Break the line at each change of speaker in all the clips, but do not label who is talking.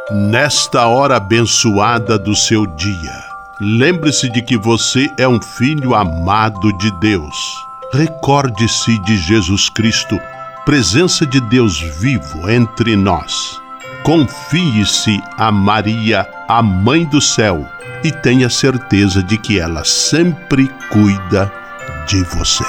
Nesta hora abençoada do seu dia, lembre-se de que você é um filho amado de Deus. Recorde-se de Jesus Cristo, presença de Deus vivo entre nós. Confie-se a Maria, a Mãe do Céu, e tenha certeza de que ela sempre cuida de você.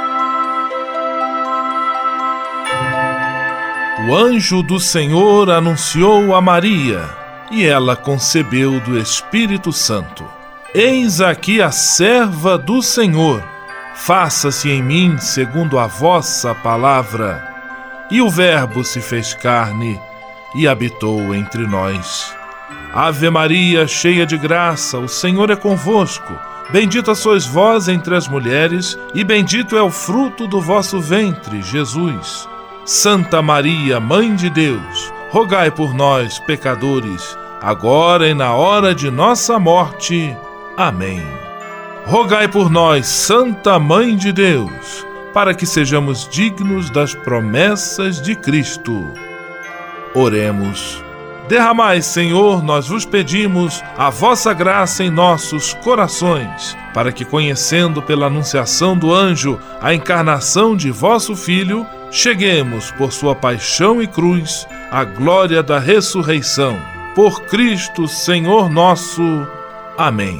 O anjo do Senhor anunciou a Maria, e ela concebeu do Espírito Santo. Eis aqui a serva do Senhor, faça-se em mim segundo a vossa palavra. E o Verbo se fez carne e habitou entre nós. Ave Maria, cheia de graça, o Senhor é convosco. Bendita sois vós entre as mulheres, e bendito é o fruto do vosso ventre, Jesus. Santa Maria, Mãe de Deus, rogai por nós, pecadores, agora e na hora de nossa morte. Amém. Rogai por nós, Santa Mãe de Deus, para que sejamos dignos das promessas de Cristo. Oremos. Derramai, Senhor, nós vos pedimos, a vossa graça em nossos corações, para que, conhecendo pela anunciação do anjo a encarnação de vosso Filho, cheguemos, por sua paixão e cruz, à glória da ressurreição. Por Cristo, Senhor nosso. Amém.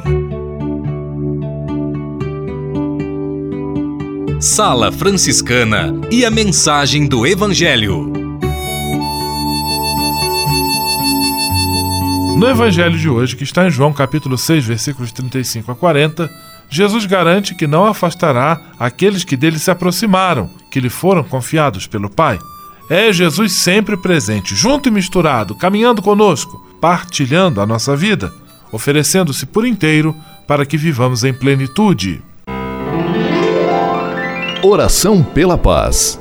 Sala Franciscana e a mensagem do Evangelho.
No Evangelho de hoje, que está em João capítulo 6, versículos 35 a 40, Jesus garante que não afastará aqueles que dele se aproximaram, que lhe foram confiados pelo Pai. É Jesus sempre presente, junto e misturado, caminhando conosco, partilhando a nossa vida, oferecendo-se por inteiro para que vivamos em plenitude.
Oração pela paz.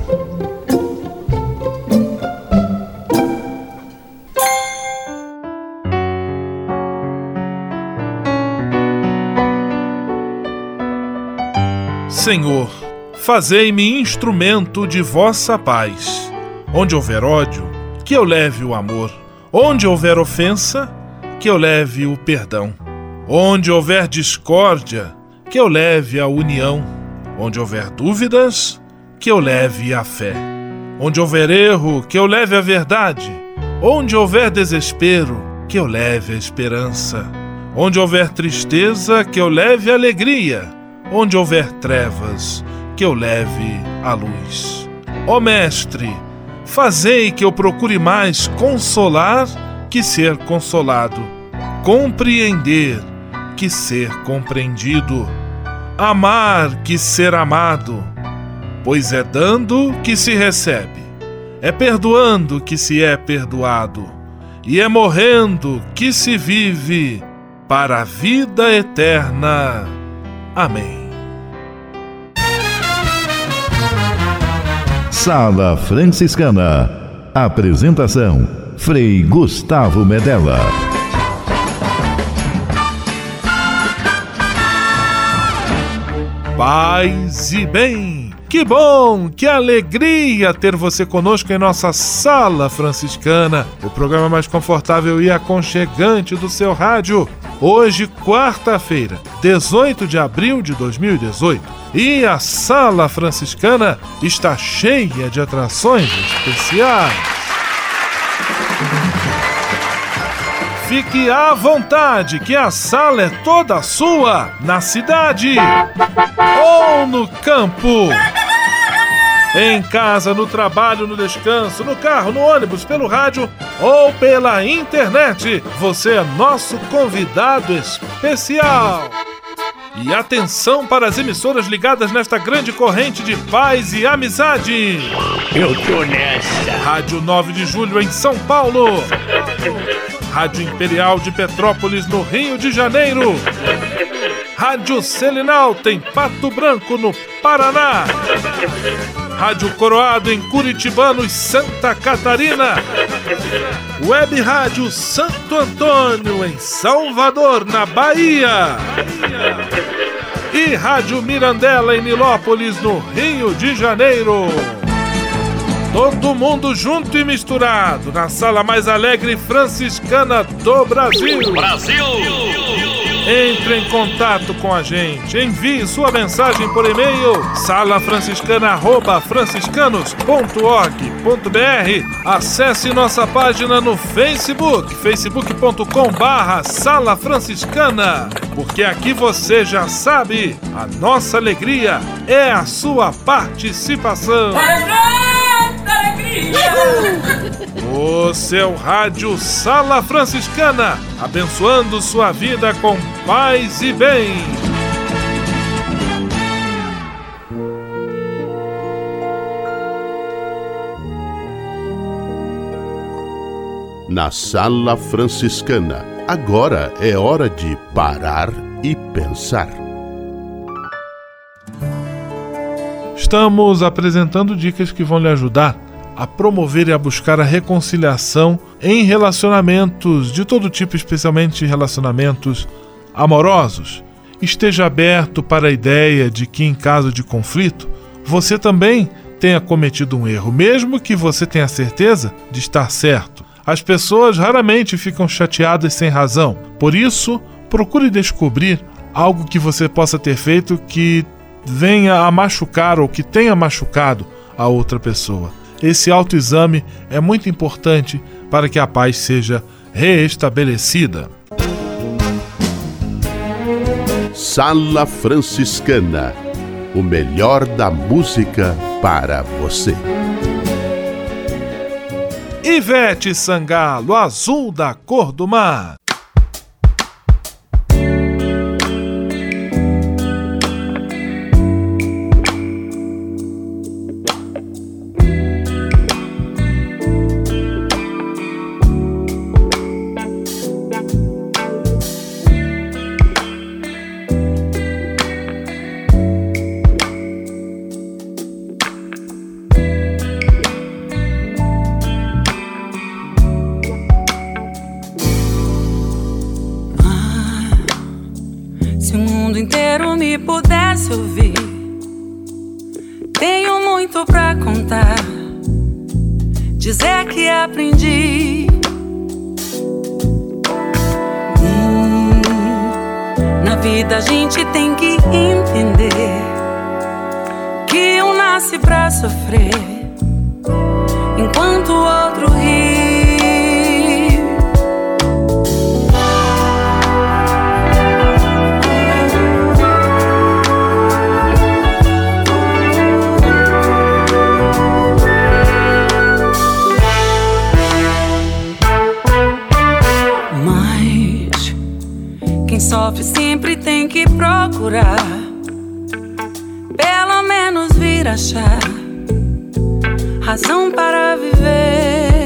Senhor, fazei-me instrumento de vossa paz. Onde houver ódio, que eu leve o amor. Onde houver ofensa, que eu leve o perdão. Onde houver discórdia, que eu leve a união. Onde houver dúvidas, que eu leve a fé. Onde houver erro, que eu leve a verdade. Onde houver desespero, que eu leve a esperança. Onde houver tristeza, que eu leve a alegria. Onde houver trevas, que eu leve a luz. Ó Mestre, fazei que eu procure mais consolar que ser consolado, compreender que ser compreendido, amar que ser amado, pois é dando que se recebe, é perdoando que se é perdoado, e é morrendo que se vive para a vida eterna. Amém.
Sala Franciscana. Apresentação: Frei Gustavo Medella.
Paz e bem! Que bom, que alegria ter você conosco em nossa Sala Franciscana, o programa mais confortável e aconchegante do seu rádio. Hoje, quarta-feira, 18 de abril de 2018, e a Sala Franciscana está cheia de atrações especiais. Fique à vontade, que a sala é toda sua, na cidade ou no campo. Em casa, no trabalho, no descanso, no carro, no ônibus, pelo rádio ou pela internet, você é nosso convidado especial. E atenção para as emissoras ligadas nesta grande corrente de paz e amizade.
Eu tô nessa.
Rádio 9 de Julho em São Paulo. Rádio Imperial de Petrópolis no Rio de Janeiro. Rádio Selinalta em Pato Branco no Paraná. Rádio Coroado em Curitibano e Santa Catarina. Web Rádio Santo Antônio em Salvador, na Bahia. E Rádio Mirandela em Nilópolis, no Rio de Janeiro. Todo mundo junto e misturado na sala mais alegre franciscana do Brasil.
Brasil!
Entre em contato com a gente. Envie sua mensagem por e-mail salafranciscana@franciscanos.org.br. Acesse nossa página no Facebook, facebook.com/Sala Franciscana. Porque aqui você já sabe, a nossa alegria é a sua participação. O seu rádio Sala Franciscana, abençoando sua vida com paz e bem.
Na Sala Franciscana, agora é hora de parar e pensar.
Estamos apresentando dicas que vão lhe ajudar a promover e a buscar a reconciliação em relacionamentos de todo tipo, especialmente relacionamentos amorosos. Esteja aberto para a ideia de que, em caso de conflito, você também tenha cometido um erro, mesmo que você tenha certeza de estar certo. As pessoas raramente ficam chateadas sem razão. Por isso, procure descobrir algo que você possa ter feito que venha a machucar ou que tenha machucado a outra pessoa. Esse autoexame é muito importante para que a paz seja reestabelecida.
Sala Franciscana, o melhor da música para você.
Ivete Sangalo, Azul da Cor do Mar.
Se o mundo inteiro me pudesse ouvir, tenho muito pra contar, dizer que aprendi. Na vida a gente tem que entender que um nasce pra sofrer, enquanto o outro ri. Quem sofre sempre tem que procurar, pelo menos vir achar razão para viver.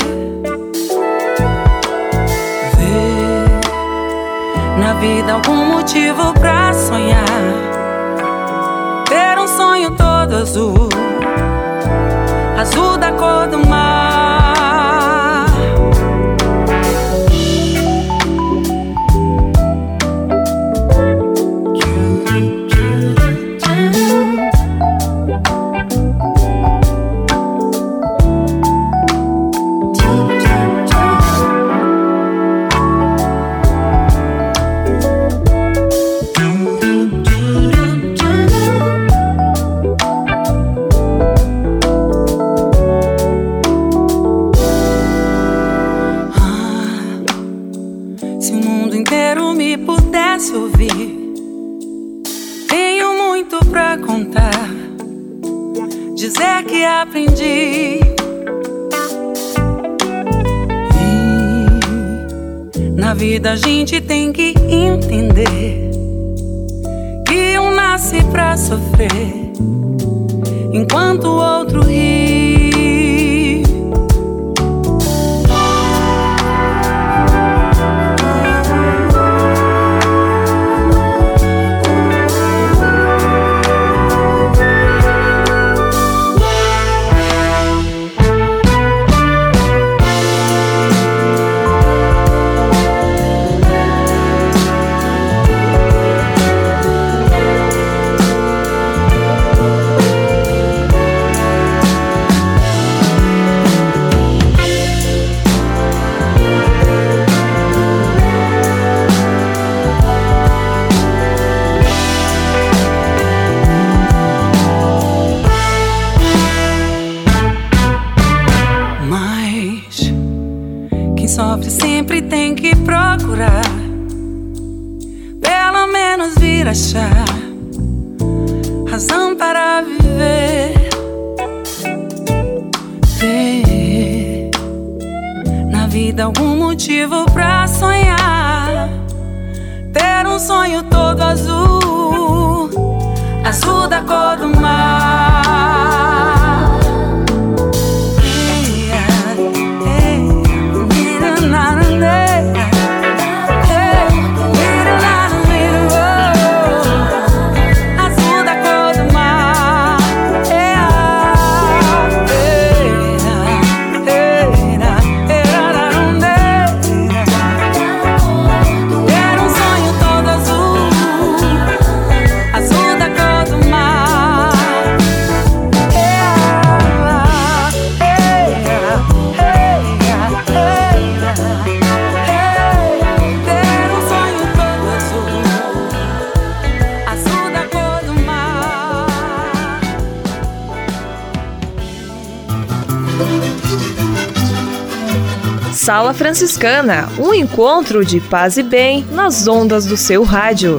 Ver na vida algum motivo pra sonhar, ter um sonho todo azul, azul da cor do mar. Se o mundo inteiro me pudesse ouvir, tenho muito pra contar, dizer que aprendi. Na vida a gente tem que entender que um nasce pra sofrer, enquanto o outro ri. sempre tem que procurar, pelo menos vir achar razão para viver. Ter na vida algum motivo pra sonhar, ter um sonho todo azul, azul da cor do mar.
Sala Franciscana, um encontro de paz e bem nas ondas do seu rádio.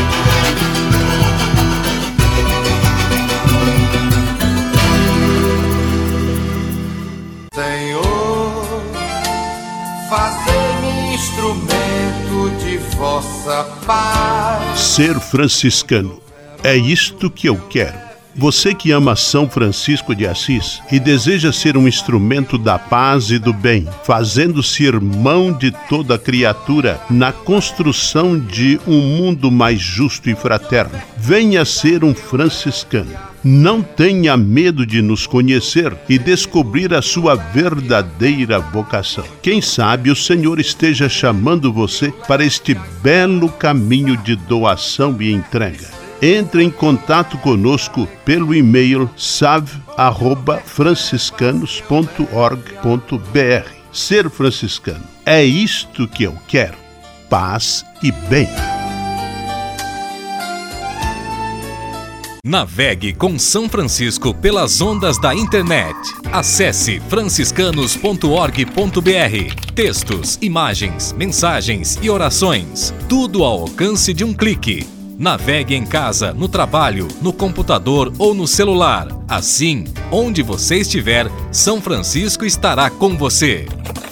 Senhor, fazei-me instrumento de vossa paz.
Ser franciscano, é isto que eu quero. Você que ama São Francisco de Assis e deseja ser um instrumento da paz e do bem, fazendo-se irmão de toda criatura na construção de um mundo mais justo e fraterno, venha ser um franciscano. Não tenha medo de nos conhecer e descobrir a sua verdadeira vocação. Quem sabe o Senhor esteja chamando você para este belo caminho de doação e entrega. Entre em contato conosco pelo e-mail save@franciscanos.org.br. Ser franciscano, é isto que eu quero. Paz e bem.
Navegue com São Francisco pelas ondas da internet. Acesse franciscanos.org.br. Textos, imagens, mensagens e orações. Tudo ao alcance de um clique. Navegue em casa, no trabalho, no computador ou no celular. Assim, onde você estiver, São Francisco estará com você.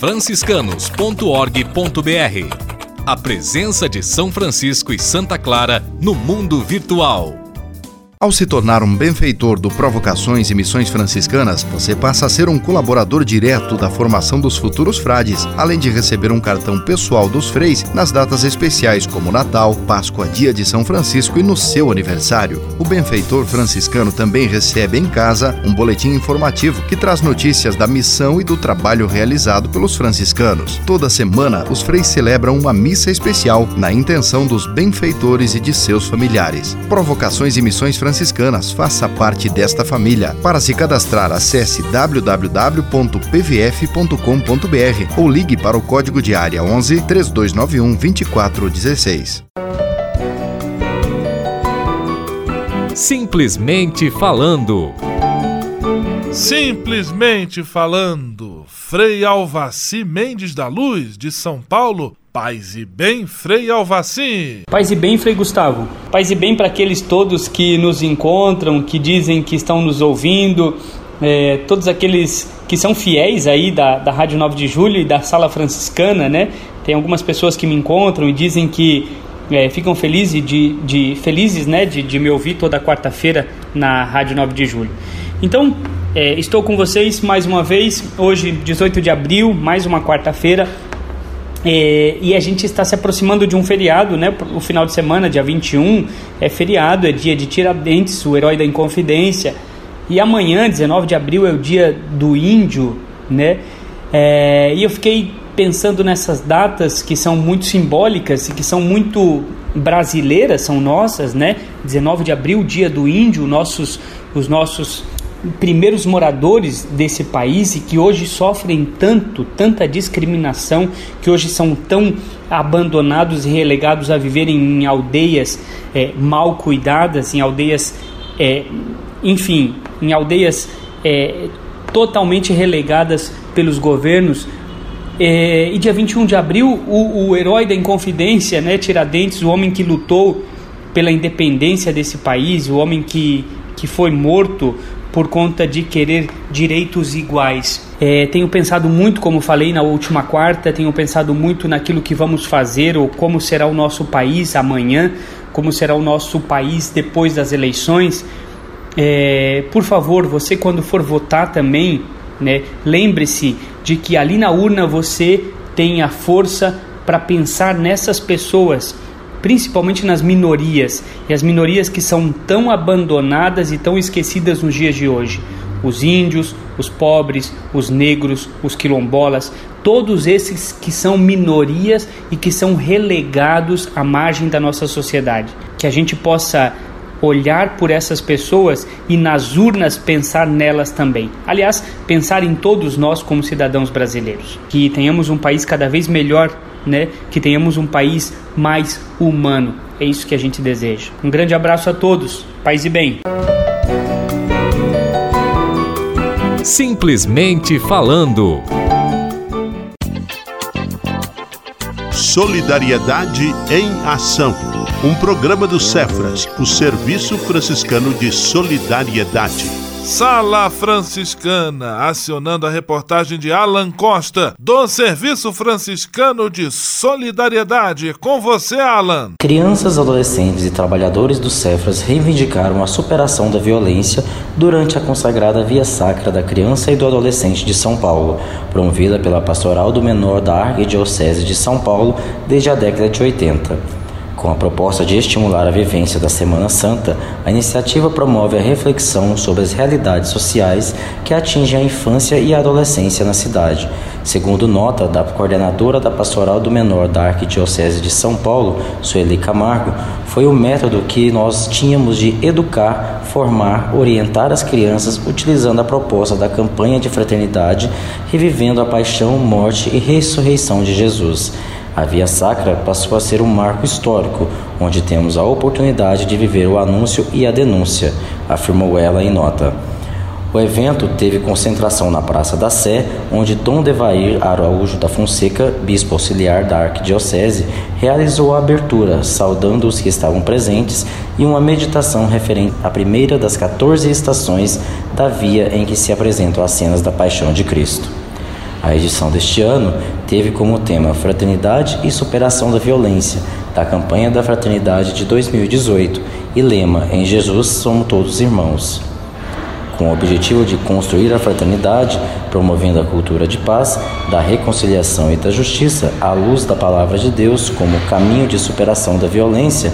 franciscanos.org.br. A presença de São Francisco e Santa Clara no mundo virtual.
Ao se tornar um benfeitor do Provocações e Missões Franciscanas, você passa a ser um colaborador direto da formação dos futuros frades, além de receber um cartão pessoal dos freis nas datas especiais como Natal, Páscoa, Dia de São Francisco e no seu aniversário. O benfeitor franciscano também recebe em casa um boletim informativo que traz notícias da missão e do trabalho realizado pelos franciscanos. Toda semana, os freis celebram uma missa especial na intenção dos benfeitores e de seus familiares. Provocações e Missões Franciscanas, faça parte desta família. Para se cadastrar, acesse www.pvf.com.br ou ligue para o código de área 11 3291 2416.
Simplesmente falando.
Simplesmente falando. Frei Alvaci Mendes da Luz, de São Paulo. Paz e bem, Frei Alvaci.
Paz e bem, Frei Gustavo. Paz e bem para aqueles todos que nos encontram, que dizem que estão nos ouvindo, todos aqueles que são fiéis aí da Rádio 9 de Julho e da Sala Franciscana, né? Tem algumas pessoas que me encontram e dizem que ficam felizes de me ouvir toda quarta-feira na Rádio 9 de Julho. Então, estou com vocês mais uma vez, hoje, 18 de abril, mais uma quarta-feira. E a gente está se aproximando de um feriado, né? O final de semana, dia 21, é feriado, é dia de Tiradentes, o herói da Inconfidência. E amanhã, 19 de abril, é o dia do índio, né? E eu fiquei pensando nessas datas que são muito simbólicas e que são muito brasileiras, são nossas, né? 19 de abril, dia do índio, os nossos primeiros moradores desse país e que hoje sofrem tanta discriminação, que hoje são tão abandonados e relegados a viverem em aldeias mal cuidadas, em aldeias, em aldeias totalmente relegadas pelos governos, E dia 21 de abril, o herói da Inconfidência, né, Tiradentes, o homem que lutou pela independência desse país, o homem que foi morto por conta de querer direitos iguais. Tenho pensado muito, como falei na última quarta, tenho pensado muito naquilo que vamos fazer, ou como será o nosso país amanhã, como será o nosso país depois das eleições. Por favor, você quando for votar também, né, lembre-se de que ali na urna você tem a força para pensar nessas pessoas, principalmente nas minorias, e as minorias que são tão abandonadas e tão esquecidas nos dias de hoje. Os índios, os pobres, os negros, os quilombolas, todos esses que são minorias e que são relegados à margem da nossa sociedade. Que a gente possa olhar por essas pessoas e nas urnas pensar nelas também. Aliás, pensar em todos nós como cidadãos brasileiros. Que tenhamos um país cada vez melhor, né? Que tenhamos um país mais humano. É isso que a gente deseja. Um grande abraço a todos. Paz e bem.
Simplesmente falando.
Solidariedade em Ação. Um programa do Cefras, o Serviço Franciscano de Solidariedade.
Sala Franciscana, acionando a reportagem de Alan Costa, do Serviço Franciscano de Solidariedade. Com você, Alan.
Crianças, adolescentes e trabalhadores do Cefras reivindicaram a superação da violência durante a consagrada Via Sacra da Criança e do Adolescente de São Paulo, promovida pela Pastoral do Menor da Arquidiocese de São Paulo desde a década de 80. Com a proposta de estimular a vivência da Semana Santa, a iniciativa promove a reflexão sobre as realidades sociais que atingem a infância e a adolescência na cidade. Segundo nota da coordenadora da Pastoral do Menor da Arquidiocese de São Paulo, Sueli Camargo, foi o método que nós tínhamos de educar, formar, orientar as crianças utilizando a proposta da campanha de fraternidade, revivendo a paixão, morte e ressurreição de Jesus. A Via Sacra passou a ser um marco histórico, onde temos a oportunidade de viver o anúncio e a denúncia, afirmou ela em nota. O evento teve concentração na Praça da Sé, onde Dom Devair Araújo da Fonseca, bispo auxiliar da Arquidiocese, realizou a abertura, saudando os que estavam presentes, e uma meditação referente à primeira das 14 estações da via em que se apresentam as cenas da Paixão de Cristo. A edição deste ano teve como tema Fraternidade e Superação da Violência, da campanha da Fraternidade de 2018, e lema Em Jesus somos todos irmãos. Com o objetivo de construir a fraternidade, promovendo a cultura de paz, da reconciliação e da justiça, à luz da Palavra de Deus como caminho de superação da violência,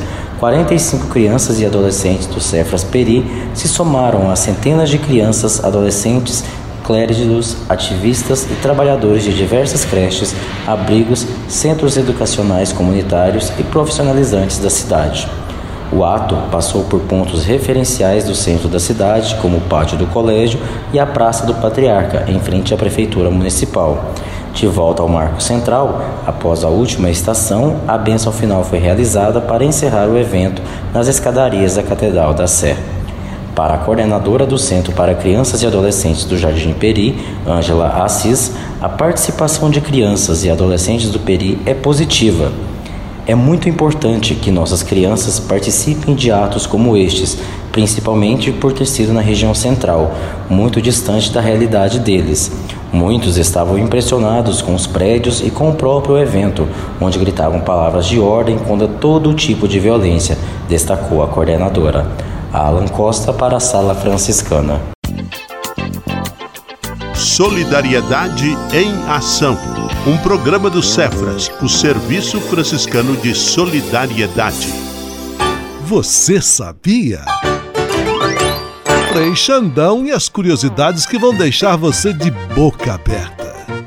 45 crianças e adolescentes do Cefras Peri se somaram a centenas de crianças, adolescentes, clérigos, ativistas e trabalhadores de diversas creches, abrigos, centros educacionais comunitários e profissionalizantes da cidade. O ato passou por pontos referenciais do centro da cidade, como o pátio do colégio e a Praça do Patriarca, em frente à Prefeitura Municipal. De volta ao Marco Central, após a última estação, a bênção final foi realizada para encerrar o evento nas escadarias da Catedral da Sé. Para a coordenadora do Centro para Crianças e Adolescentes do Jardim Peri, Ângela Assis, a participação de crianças e adolescentes do Peri é positiva. É muito importante que nossas crianças participem de atos como estes, principalmente por ter sido na região central, muito distante da realidade deles. Muitos estavam impressionados com os prédios e com o próprio evento, onde gritavam palavras de ordem contra todo tipo de violência, destacou a coordenadora. Alan Costa para a Sala Franciscana.
Solidariedade em Ação. Um programa do Cefras, o Serviço Franciscano de Solidariedade.
Você sabia? Frei Xandão e as curiosidades que vão deixar você de boca aberta.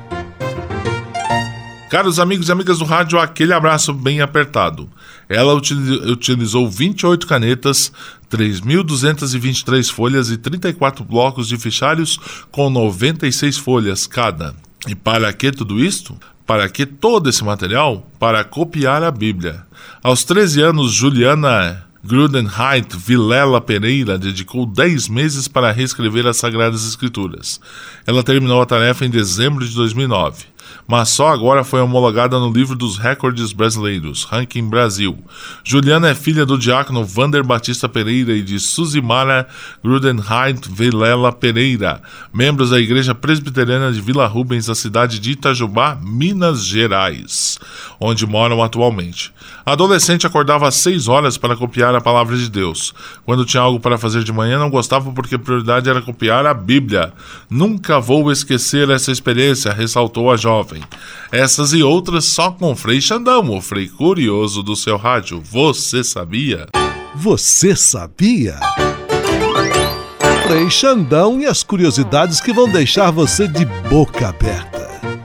Caros amigos e amigas do rádio, aquele abraço bem apertado. Ela utilizou 28 canetas, 3.223 folhas e 34 blocos de fichários com 96 folhas cada. E para que tudo isto? Para que todo esse material? Para copiar a Bíblia. Aos 13 anos, Juliana Grudenheit Vilela Pereira dedicou 10 meses para reescrever as Sagradas Escrituras. Ela terminou a tarefa em dezembro de 2009. mas só agora foi homologada no livro dos recordes brasileiros, Ranking Brasil. Juliana é filha do diácono Vander Batista Pereira e de Suzimara Grudenheit Vilela Pereira, membros da Igreja Presbiteriana de Vila Rubens, da cidade de Itajubá, Minas Gerais, onde moram atualmente. A adolescente acordava às 6 horas para copiar a palavra de Deus. Quando tinha algo para fazer de manhã, não gostava porque a prioridade era copiar a Bíblia. Nunca vou esquecer essa experiência, ressaltou a jovem. Essas e outras só com Frei Xandão, o Frei Curioso do seu rádio. Você sabia?
Você sabia? Frei Xandão e as curiosidades que vão deixar você de boca aberta.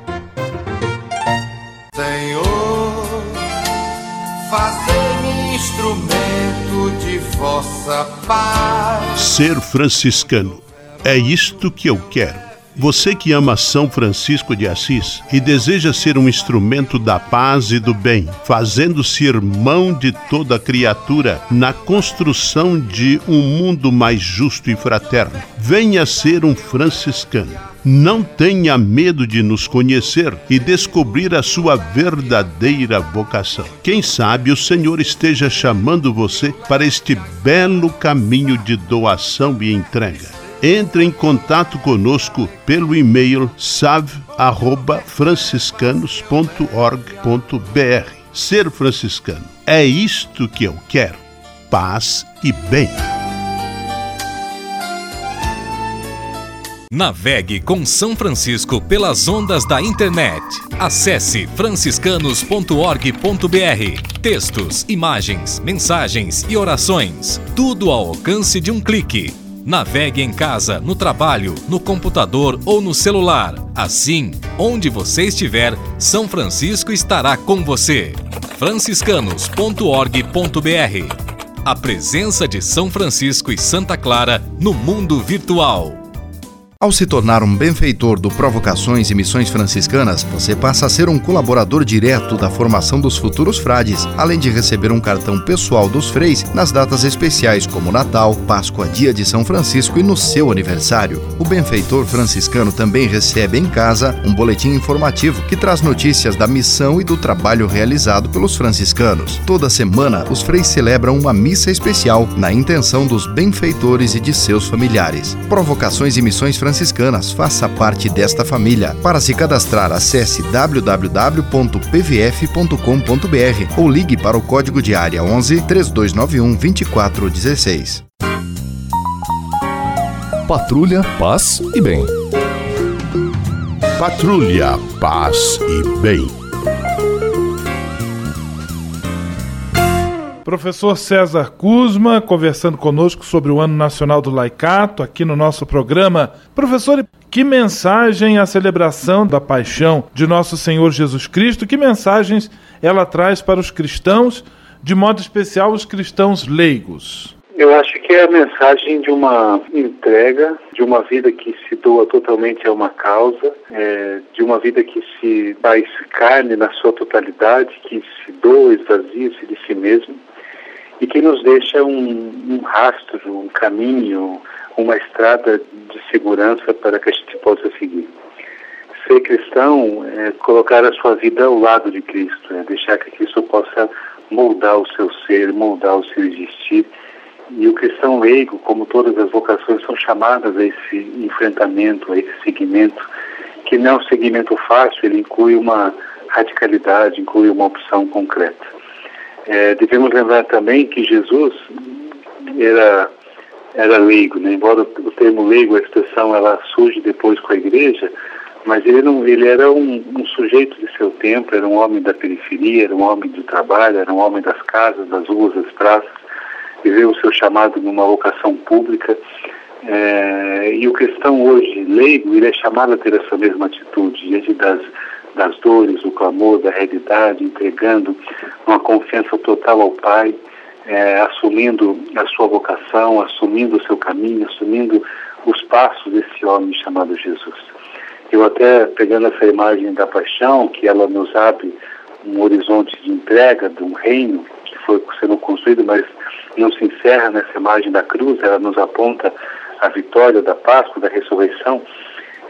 Senhor, fazei-me instrumento de vossa paz.
Ser franciscano. É isto que eu quero. Você que ama São Francisco de Assis e deseja ser um instrumento da paz e do bem, fazendo-se irmão de toda criatura na construção de um mundo mais justo e fraterno, venha ser um franciscano. Não tenha medo de nos conhecer e descobrir a sua verdadeira vocação. Quem sabe o Senhor esteja chamando você para este belo caminho de doação e entrega. Entre em contato conosco pelo e-mail save@franciscanos.org.br. Ser franciscano. É isto que eu quero. Paz e bem.
Navegue com São Francisco pelas ondas da internet. Acesse franciscanos.org.br. Textos, imagens, mensagens e orações. Tudo ao alcance de um clique. Navegue em casa, no trabalho, no computador ou no celular. Assim, onde você estiver, São Francisco estará com você. franciscanos.org.br. A presença de São Francisco e Santa Clara no mundo virtual.
Ao se tornar um benfeitor do Provocações e Missões Franciscanas, você passa a ser um colaborador direto da formação dos futuros frades, além de receber um cartão pessoal dos freis nas datas especiais como Natal, Páscoa, Dia de São Francisco e no seu aniversário. O benfeitor franciscano também recebe em casa um boletim informativo que traz notícias da missão e do trabalho realizado pelos franciscanos. Toda semana, os freis celebram uma missa especial na intenção dos benfeitores e de seus familiares. Provocações e Missões Franciscanas, faça parte desta família. Para se cadastrar, acesse www.pvf.com.br ou ligue para o código de área 11 3291 2416.
Patrulha, paz e bem.
Patrulha, paz e bem.
Professor César Kuzma, conversando conosco sobre o Ano Nacional do Laicato, aqui no nosso programa. Professor, que mensagem a celebração da paixão de Nosso Senhor Jesus Cristo, que mensagens ela traz para os cristãos, de modo especial os cristãos leigos?
Eu acho que é a mensagem de uma entrega, de uma vida que se doa totalmente a uma causa, de uma vida que se faz carne na sua totalidade, que se doa, esvazia-se de si mesmo, e que nos deixa um rastro, um caminho, uma estrada de segurança para que a gente possa seguir. Ser cristão é colocar a sua vida ao lado de Cristo, é deixar que Cristo possa moldar o seu ser, moldar o seu existir. E o cristão leigo, como todas as vocações, são chamadas a esse enfrentamento, a esse seguimento, que não é um segmento fácil, ele inclui uma radicalidade, inclui uma opção concreta. Devemos lembrar também que Jesus era leigo, né? Embora o termo leigo, a expressão, ela surge depois com a igreja, mas ele era um sujeito de seu tempo, era um homem da periferia, era um homem do trabalho, era um homem das casas, das ruas, das praças, viveu o seu chamado numa vocação pública, e o cristão hoje, leigo, ele é chamado a ter essa mesma atitude, diante das dores, do clamor, da realidade, entregando uma confiança total ao Pai, assumindo a sua vocação, assumindo o seu caminho, assumindo os passos desse homem chamado Jesus. Eu até, pegando essa imagem da paixão, que ela nos abre um horizonte de entrega de um reino que foi sendo construído, mas não se encerra nessa imagem da cruz, ela nos aponta a vitória da Páscoa, da ressurreição.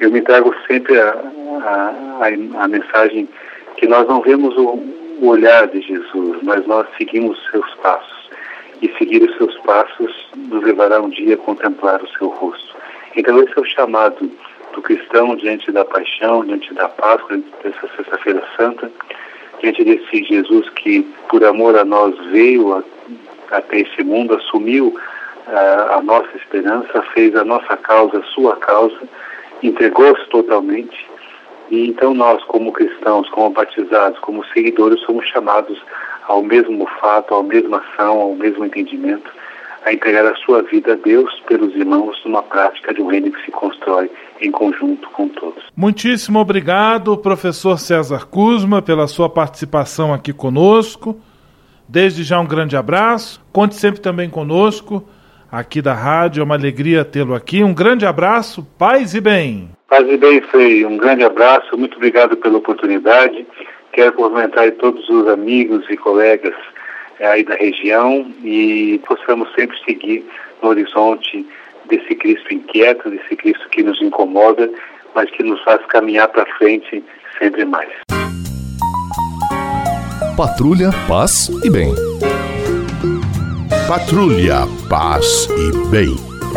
eu me trago sempre a mensagem que nós não vemos o olhar de Jesus, mas nós seguimos os seus passos. E seguir os seus passos nos levará um dia a contemplar o seu rosto. Então esse é o chamado do cristão diante da paixão, diante da Páscoa, diante dessa Sexta-feira Santa, diante desse Jesus que por amor a nós veio até esse mundo, assumiu a nossa esperança, fez a nossa causa, a sua causa, entregou-se totalmente. E então nós, como cristãos, como batizados, como seguidores, somos chamados ao mesmo fato, à mesma ação, ao mesmo entendimento, a entregar a sua vida a Deus pelos irmãos numa prática de um reino que se constrói em conjunto com todos.
Muitíssimo obrigado, professor César Kuzma, pela sua participação aqui conosco. Desde já um grande abraço. Conte sempre também conosco aqui da rádio, é uma alegria tê-lo aqui. Um grande abraço, paz e bem.
Paz e bem, Frei. Um grande abraço, muito obrigado pela oportunidade. Quero cumprimentar todos os amigos e colegas aí da região e possamos sempre seguir no horizonte desse Cristo inquieto, desse Cristo que nos incomoda, mas que nos faz caminhar para frente sempre mais.
Patrulha, paz e bem.
Patrulha, paz e bem.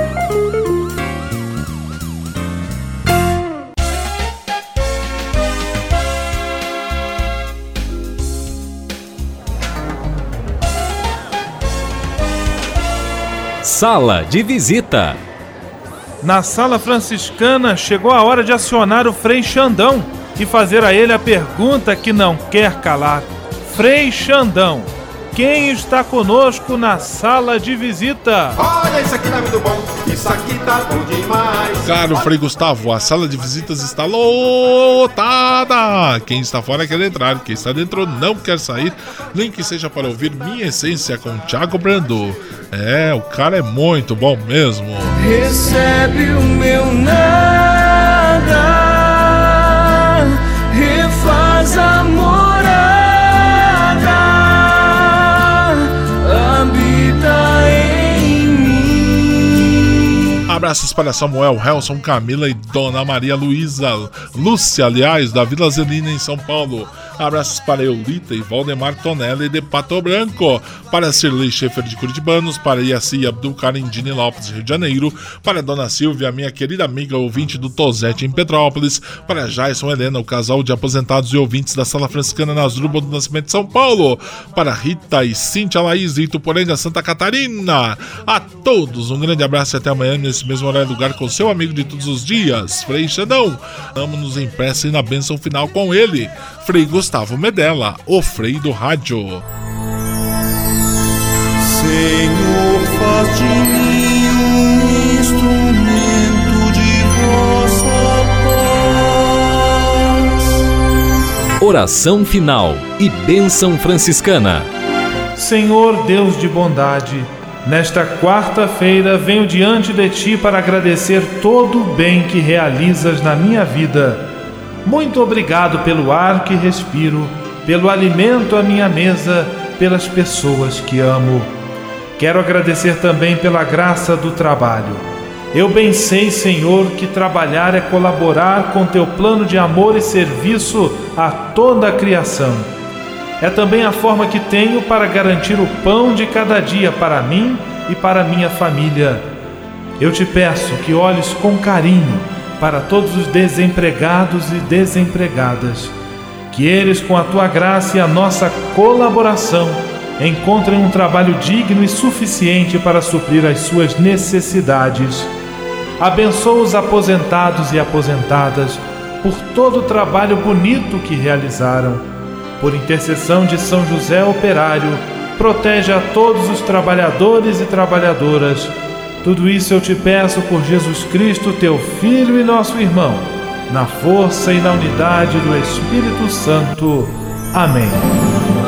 Sala de visita.
Na sala franciscana chegou a hora de acionar o Frei Xandão e fazer a ele a pergunta que não quer calar. Frei Xandão, quem está conosco na sala de visita?
Olha, isso aqui tá muito bom, isso aqui tá bom demais.
Caro Frei Gustavo, a sala de visitas está lotada. Quem está fora quer entrar, quem está dentro não quer sair, nem que seja para ouvir Minha Essência com Thiago Brando. É, o cara é muito bom mesmo.
Recebe o meu nada, refaz a morada, habita em mim.
Abraços para Samuel, Helson, Camila e Dona Maria Luísa, Lúcia, aliás, da Vila Zelina em São Paulo. Abraços para Eulita e Valdemar Tonelli de Pato Branco, para Cirlei Schaefer de Curitibanos, para Yaci Abdul Karim Dini Lopes de Rio de Janeiro, para Dona Silvia, minha querida amiga ouvinte do Tozete em Petrópolis, para Jason Helena, o casal de aposentados e ouvintes da Sala Franciscana Nasdrubal do Nascimento de São Paulo, para Rita e Cíntia Laís de Ituporanga, Santa Catarina. A todos um grande abraço e até amanhã nesse mesmo horário e lugar com seu amigo de todos os dias, Frei Xandão. Amo-nos em prece e na bênção final com ele, Frei Gustavo Medella, o Frei do Rádio.
Senhor, faz de mim um instrumento de vossa paz.
Oração final e bênção franciscana.
Senhor Deus de bondade, nesta quarta-feira venho diante de Ti para agradecer todo o bem que realizas na minha vida. Muito obrigado pelo ar que respiro, pelo alimento à minha mesa, pelas pessoas que amo. Quero agradecer também pela graça do trabalho. Eu bem sei, Senhor, que trabalhar é colaborar com Teu plano de amor e serviço a toda a criação. É também a forma que tenho para garantir o pão de cada dia para mim e para minha família. Eu te peço que olhes com carinho para todos os desempregados e desempregadas, que eles, com a Tua graça e a nossa colaboração, encontrem um trabalho digno e suficiente para suprir as suas necessidades. Abençoa os aposentados e aposentadas por todo o trabalho bonito que realizaram. Por intercessão de São José Operário, protege a todos os trabalhadores e trabalhadoras. Tudo isso eu te peço por Jesus Cristo, Teu Filho e nosso irmão, na força e na unidade do Espírito Santo. Amém.